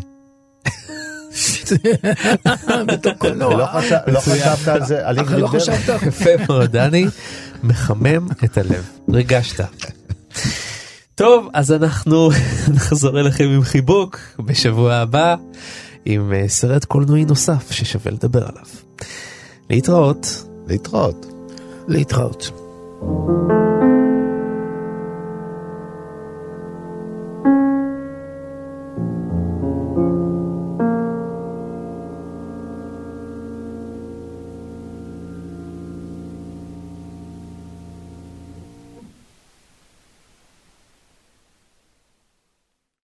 S8: בתור קולנוע.
S5: לא חשבת על זה, על אינגריד ברגמן.
S4: יפה מאוד, דני, מחמם את הלב. ריגשת. טוב, אז אנחנו נחזור אליכם עם חיבוק בשבוע הבא, עם סרט קולנועי נוסף ששווה לדבר עליו. להתראות.
S5: להתראות.
S8: להתראות.